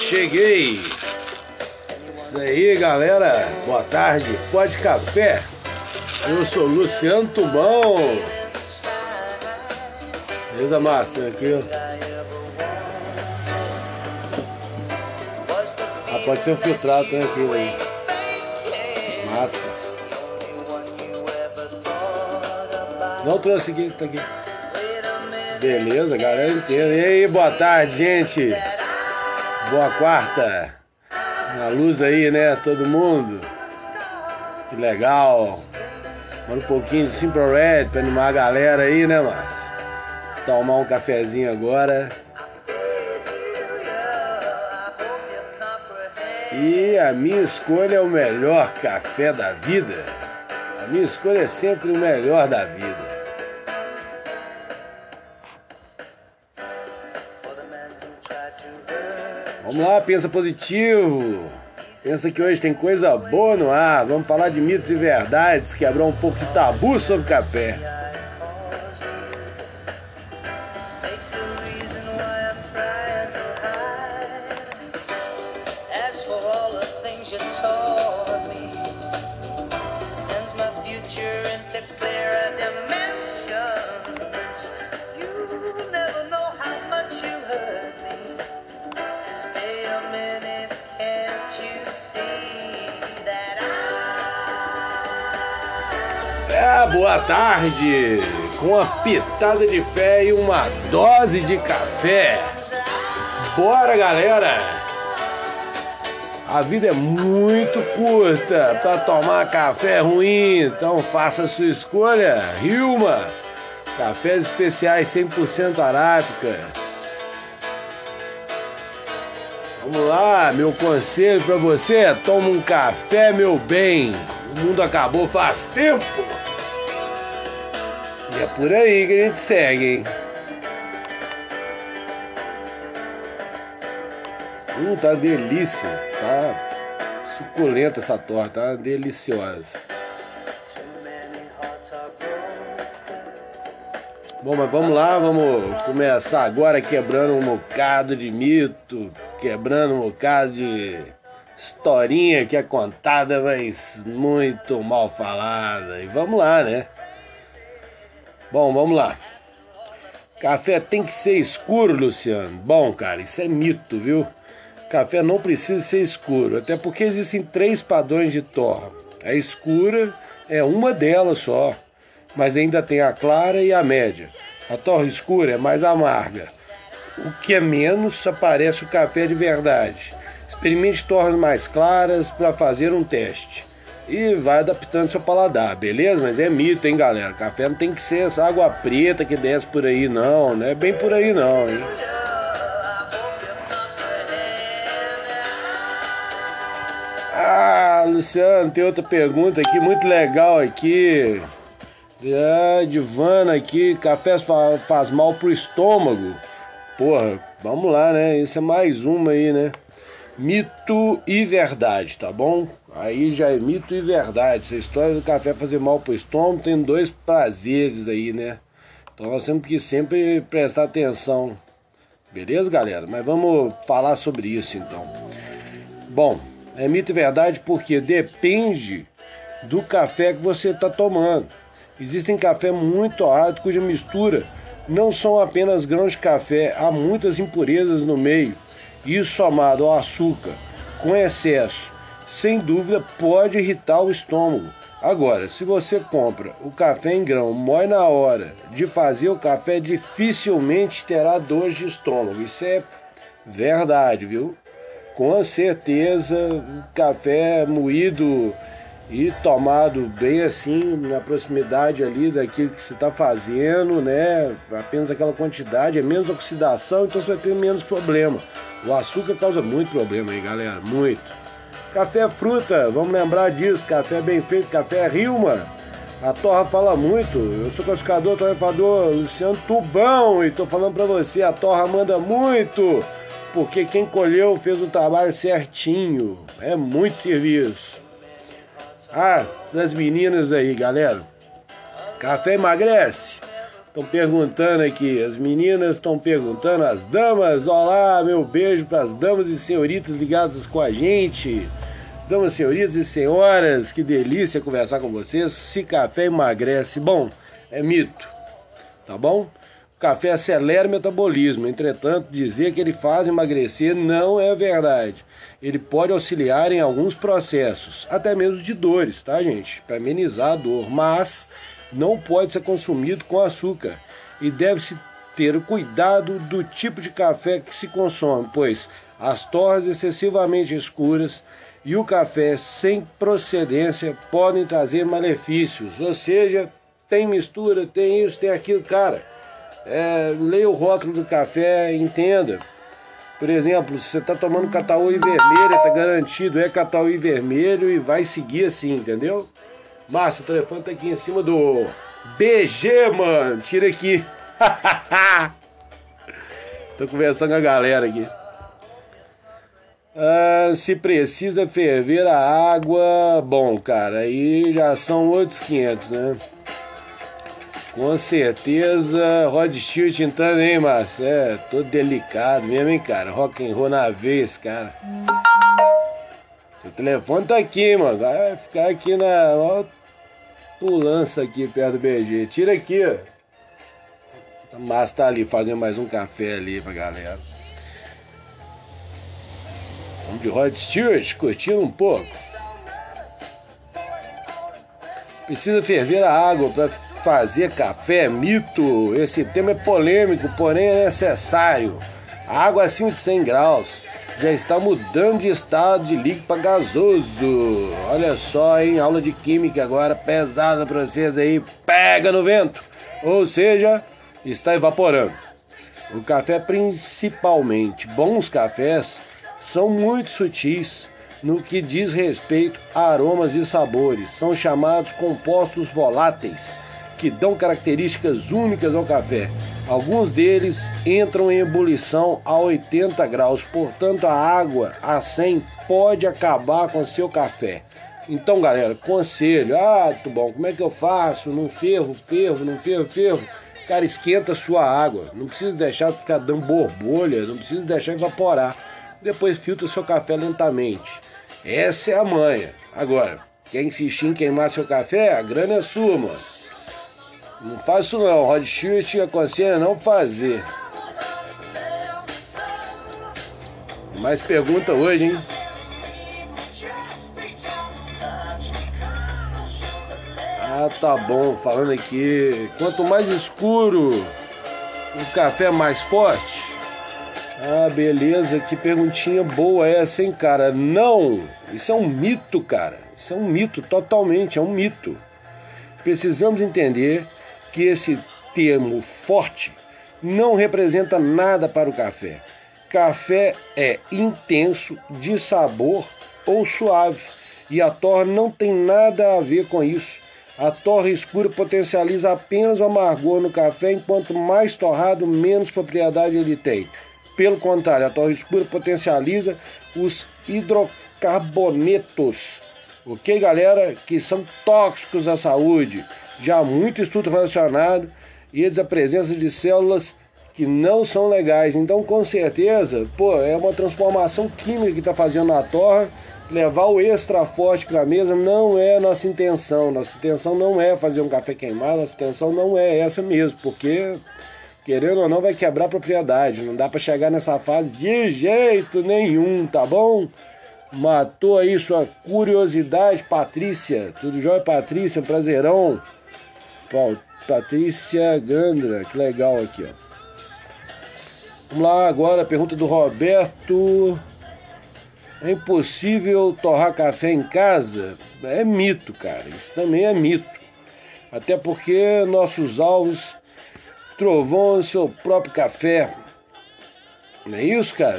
cheguei. Isso aí, galera. Boa tarde. Pode café. Eu sou Luciano Tubão. Beleza, Márcio? Tranquilo? Ah, pode ser um filtrado, tranquilo aí. Massa. Não trouxe aqui, tá aqui. Beleza, galera inteira. E aí, boa tarde, gente. Boa quarta. Na luz aí, né? Todo mundo. Que legal. Manda um pouquinho de Simple Red pra animar a galera aí, né, Márcio? Tomar um cafezinho agora. E a minha escolha é o melhor café da vida. A minha escolha é sempre o melhor da vida. Vamos lá, pensa positivo. Pensa que hoje tem coisa boa no ar. Vamos falar de mitos e verdades, quebrar um pouco de tabu sobre café. Boa tarde, com uma pitada de fé e uma dose de café. Bora, galera! A vida é muito curta para tomar café ruim, então faça a sua escolha. Hilma, cafés especiais 100% arábica. Vamos lá, meu conselho para você é: toma um café, meu bem. O mundo acabou faz tempo. E é por aí que a gente segue, hein? Tá delícia. Tá suculenta essa torta, tá deliciosa. Bom, mas vamos lá, vamos começar agora quebrando um bocado de mito, quebrando um bocado de historinha que é contada, mas muito mal falada. E vamos lá, né? Bom, vamos lá. Café tem que ser escuro, Luciano? Bom, cara, isso é mito, viu? Café não precisa ser escuro, até porque existem 3 padrões de torra. A escura é uma delas só, mas ainda tem a clara e a média. A torra escura é mais amarga. O que é menos, só parece o café de verdade. Experimente torras mais claras para fazer um teste. E vai adaptando seu paladar, beleza? Mas é mito, hein, galera? Café não tem que ser essa água preta que desce por aí, não. Não é bem por aí, não, hein? Ah, Luciano, tem outra pergunta aqui, muito legal aqui. Divana aqui, café faz mal pro estômago. Porra, vamos lá, né? Isso é mais uma aí, né? Mito e verdade, tá bom? Aí já é mito e verdade. Essa história do café fazer mal pro estômago tem 2 prazeres aí, né? Então nós temos que sempre prestar atenção. Beleza, galera? Mas vamos falar sobre isso, então. Bom, é mito e verdade porque depende do café que você está tomando. Existem café muito torrado cuja mistura não são apenas grãos de café, há muitas impurezas no meio. Isso somado ao açúcar com excesso, sem dúvida pode irritar o estômago. Agora, se você compra o café em grão, moe na hora de fazer o café, dificilmente terá dor de estômago. Isso é verdade, viu? Com certeza, o café moído e tomado bem assim, na proximidade ali daquilo que você está fazendo, né? Apenas aquela quantidade, é menos oxidação, então você vai ter menos problema. O açúcar causa muito problema aí, galera, muito. Café é fruta, vamos lembrar disso, café bem feito, café é Hilma. A torra fala muito, eu sou classificador, torrefador Luciano Tubão e tô falando pra você, a torra manda muito, porque quem colheu fez o trabalho certinho, é muito serviço. Ah, das meninas aí, galera, café emagrece? Estão perguntando aqui, as meninas estão perguntando, as damas, olá, meu beijo para as damas e senhoritas ligadas com a gente. Damas, senhoritas e senhoras, que delícia conversar com vocês. Se café emagrece, bom, é mito, tá bom? O café acelera o metabolismo, entretanto, dizer que ele faz emagrecer não é verdade. Ele pode auxiliar em alguns processos, até mesmo de dores, tá, gente? Para amenizar a dor, mas não pode ser consumido com açúcar e deve-se ter o cuidado do tipo de café que se consome, pois as torras excessivamente escuras e o café sem procedência podem trazer malefícios, ou seja, tem mistura, tem isso, tem aquilo, cara. Leia o rótulo do café, entenda. Por exemplo, se você está tomando Cataúi vermelho, está garantido, é Cataúi vermelho e vai seguir assim, entendeu? Márcio, o telefone tá aqui em cima do BG, mano. Tira aqui. Tô conversando com a galera aqui. Se precisa ferver a água, bom, cara, aí já são outros 500, né? Com certeza, Rod Stewart entrando, hein, Márcio? Todo delicado mesmo, hein, cara? Rock and roll na vez, cara. Seu telefone tá aqui, mano. Vai ficar aqui na... Ó, pulança aqui perto do BG. Tira aqui, ó. O Márcio tá ali fazendo mais um café ali pra galera. Vamos de Rod Stewart, curtindo um pouco. Precisa ferver a água para fazer café, mito. Esse tema é polêmico, porém é necessário. A água acima de 100 graus já está mudando de estado de líquido para gasoso. Olha só, hein? Aula de química agora pesada para vocês aí. Pega no vento. Ou seja, está evaporando. O café, principalmente bons cafés, são muito sutis no que diz respeito a aromas e sabores. São chamados compostos voláteis, que dão características únicas ao café. Alguns deles entram em ebulição a 80 graus, portanto a água a 100 pode acabar com seu café. Então, galera, conselho, tudo bom, como é que eu faço? Não fervo, não fervo. Cara, esquenta a sua água, não precisa deixar ficar dando borbolha, não precisa deixar evaporar. Depois filtra o seu café lentamente. Essa é a manha. Agora, quer insistir em queimar seu café? A grana é sua, mano. Não faz isso não, Rod Stewart aconselha não fazer. Mais pergunta hoje, hein? Tá bom, falando aqui. Quanto mais escuro o café, mais forte. Beleza, que perguntinha boa essa, hein, cara? Não, isso é um mito, cara. Isso é um mito, totalmente, é um mito. Precisamos entender que esse termo forte não representa nada para o café. Café é intenso, de sabor ou suave, e a torra não tem nada a ver com isso. A torra escura potencializa apenas o amargor no café, enquanto mais torrado, menos propriedade ele tem. Pelo contrário, a torra escura potencializa os hidrocarbonetos, ok, galera? Que são tóxicos à saúde. Já há muito estudo relacionado e eles a presença de células que não são legais. Então, com certeza, é uma transformação química que está fazendo na torra. Levar o extra forte para a mesa não é nossa intenção. Nossa intenção não é fazer um café queimado, nossa intenção não é essa mesmo, porque, querendo ou não, vai quebrar a propriedade. Não dá para chegar nessa fase de jeito nenhum, tá bom? Matou aí sua curiosidade, Patrícia. Tudo jóia, Patrícia? Prazerão. Patrícia Gandra, que legal aqui, ó. Vamos lá agora, a pergunta do Roberto. É impossível torrar café em casa? É mito, cara. Isso também é mito. Até porque nossos alvos trovam seu próprio café. Não é isso, cara?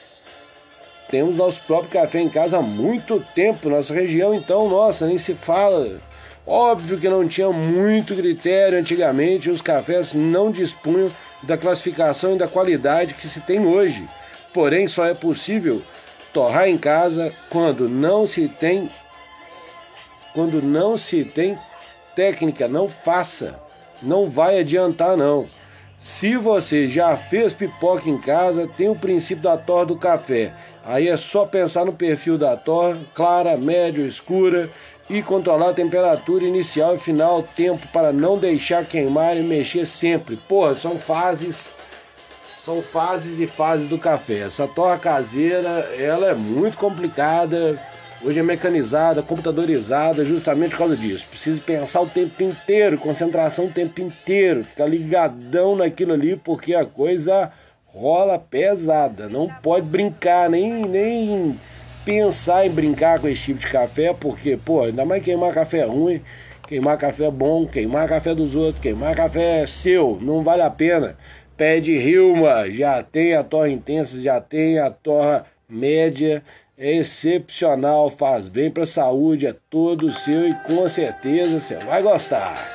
Temos nosso próprio café em casa há muito tempo. Nossa região, então, nossa, nem se fala. Óbvio que não tinha muito critério antigamente. Os cafés não dispunham da classificação e da qualidade que se tem hoje. Porém, só é possível torrar em casa quando não se tem técnica. Não faça. não vai adiantar não. Se você já fez pipoca em casa, tem o princípio da torra do café. Aí é só pensar no perfil da torra, clara, média, escura, e controlar a temperatura inicial e final, tempo para não deixar queimar e mexer sempre. Porra, são fases e fases do café. Essa torra caseira, ela é muito complicada. Hoje é mecanizada, computadorizada, justamente por causa disso. Precisa pensar o tempo inteiro, concentração o tempo inteiro, ficar ligadão naquilo ali, porque a coisa rola pesada. Não pode brincar, nem pensar em brincar com esse tipo de café, porque, pô, ainda mais queimar café ruim, queimar café bom, queimar café dos outros, queimar café seu, não vale a pena. Pede Hilma, já tem a torra intensa, já tem a torra média. É excepcional, faz bem para a saúde, é todo seu e com certeza você vai gostar.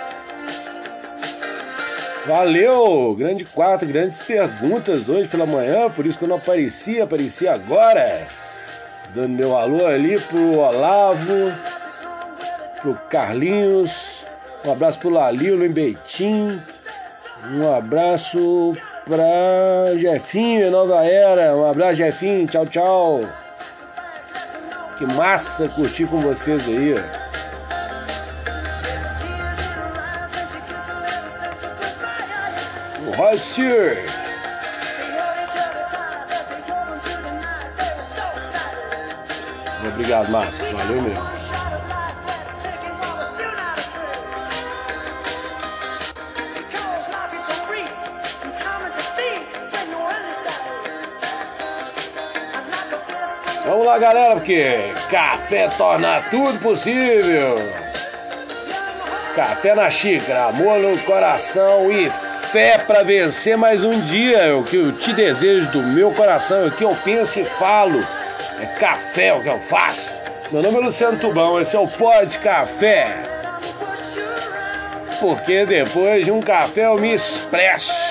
Valeu! Grande quarto, grandes perguntas hoje pela manhã, por isso que eu não apareci agora. Dando meu alô ali pro Olavo, pro Carlinhos, um abraço pro Lalilo em Betim, um abraço pra Jefinho, Nova Era, um abraço Jefinho, tchau, tchau. Que massa curtir com vocês aí, ó. O Rod Stewart. Obrigado, Márcio. Valeu mesmo. Vamos lá, galera, porque café torna tudo possível. Café na xícara, amor no coração e fé para vencer mais um dia. É o que eu te desejo do meu coração, é o que eu penso e falo. É café o que eu faço. Meu nome é Luciano Tubão, esse é o Pod Café. Porque depois de um café eu me expresso.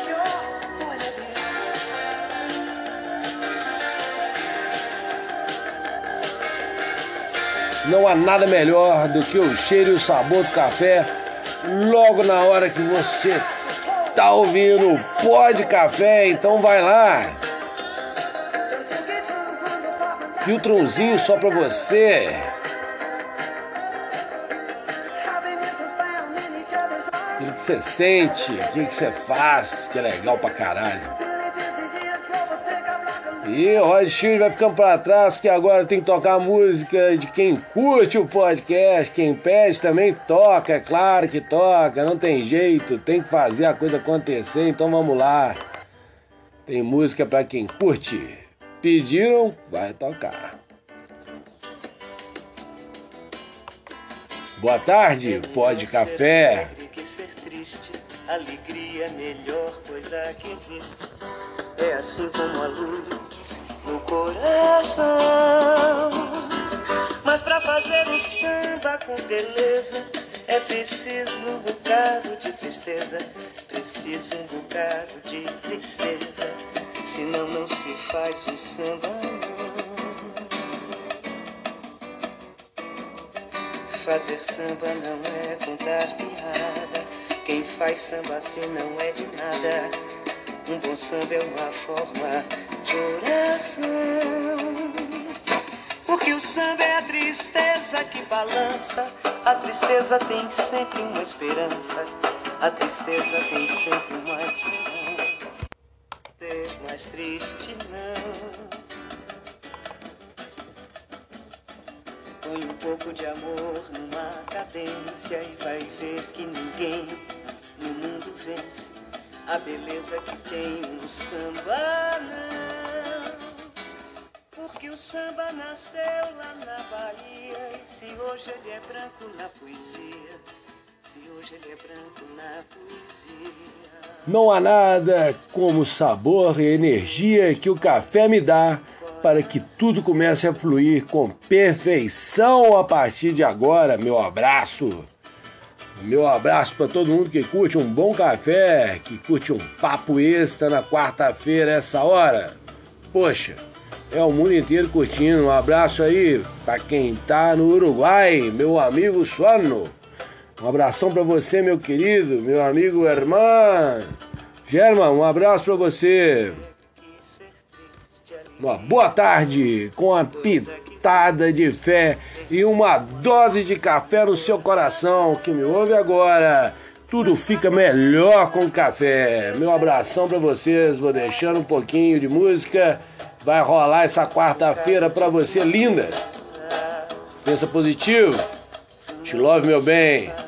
Não há nada melhor do que o cheiro e o sabor do café logo na hora que você tá ouvindo o Pod Café. Então vai lá. Filtrãozinho só pra você. O que você sente, o que você faz, que é legal pra caralho. E o Rod Stewart vai ficando para trás, que agora tem que tocar a música de quem curte o podcast. Quem pede também toca, é claro que toca, não tem jeito, tem que fazer a coisa acontecer, então vamos lá. Tem música para quem curte. Pediram, vai tocar. Boa tarde, Pod Café. Que ser triste, alegria é a melhor coisa que existe. É assim como a luz no coração. Mas pra fazer o samba com beleza é preciso um bocado de tristeza. Preciso um bocado de tristeza. Senão não se faz um samba não. Fazer samba não é contar piada. Quem faz samba assim não é de nada. Um bom samba é uma forma de oração. Porque o samba é a tristeza que balança. A tristeza tem sempre uma esperança. A tristeza tem sempre uma esperança. Ser mais triste não. Põe um pouco de amor numa cadência e vai ver que ninguém no mundo vence a beleza que tem no samba, não. Porque o samba nasceu lá na Bahia. E se hoje ele é branco na poesia, se hoje ele é branco na poesia. Não há nada como o sabor e a energia que o café me dá para que tudo comece a fluir com perfeição a partir de agora. Meu abraço. Meu abraço para todo mundo que curte um bom café, que curte um papo extra na quarta-feira, essa hora. Poxa, é o mundo inteiro curtindo. Um abraço aí para quem tá no Uruguai, meu amigo Suano. Um abração pra você, meu querido, meu amigo Herman. German, um abraço pra você. Uma boa tarde, com uma pitada de fé e uma dose de café no seu coração, que me ouve agora. Tudo fica melhor com café. Meu abração pra vocês, vou deixando um pouquinho de música. Vai rolar essa quarta-feira pra você, linda. Pensa positivo. Te love, meu bem.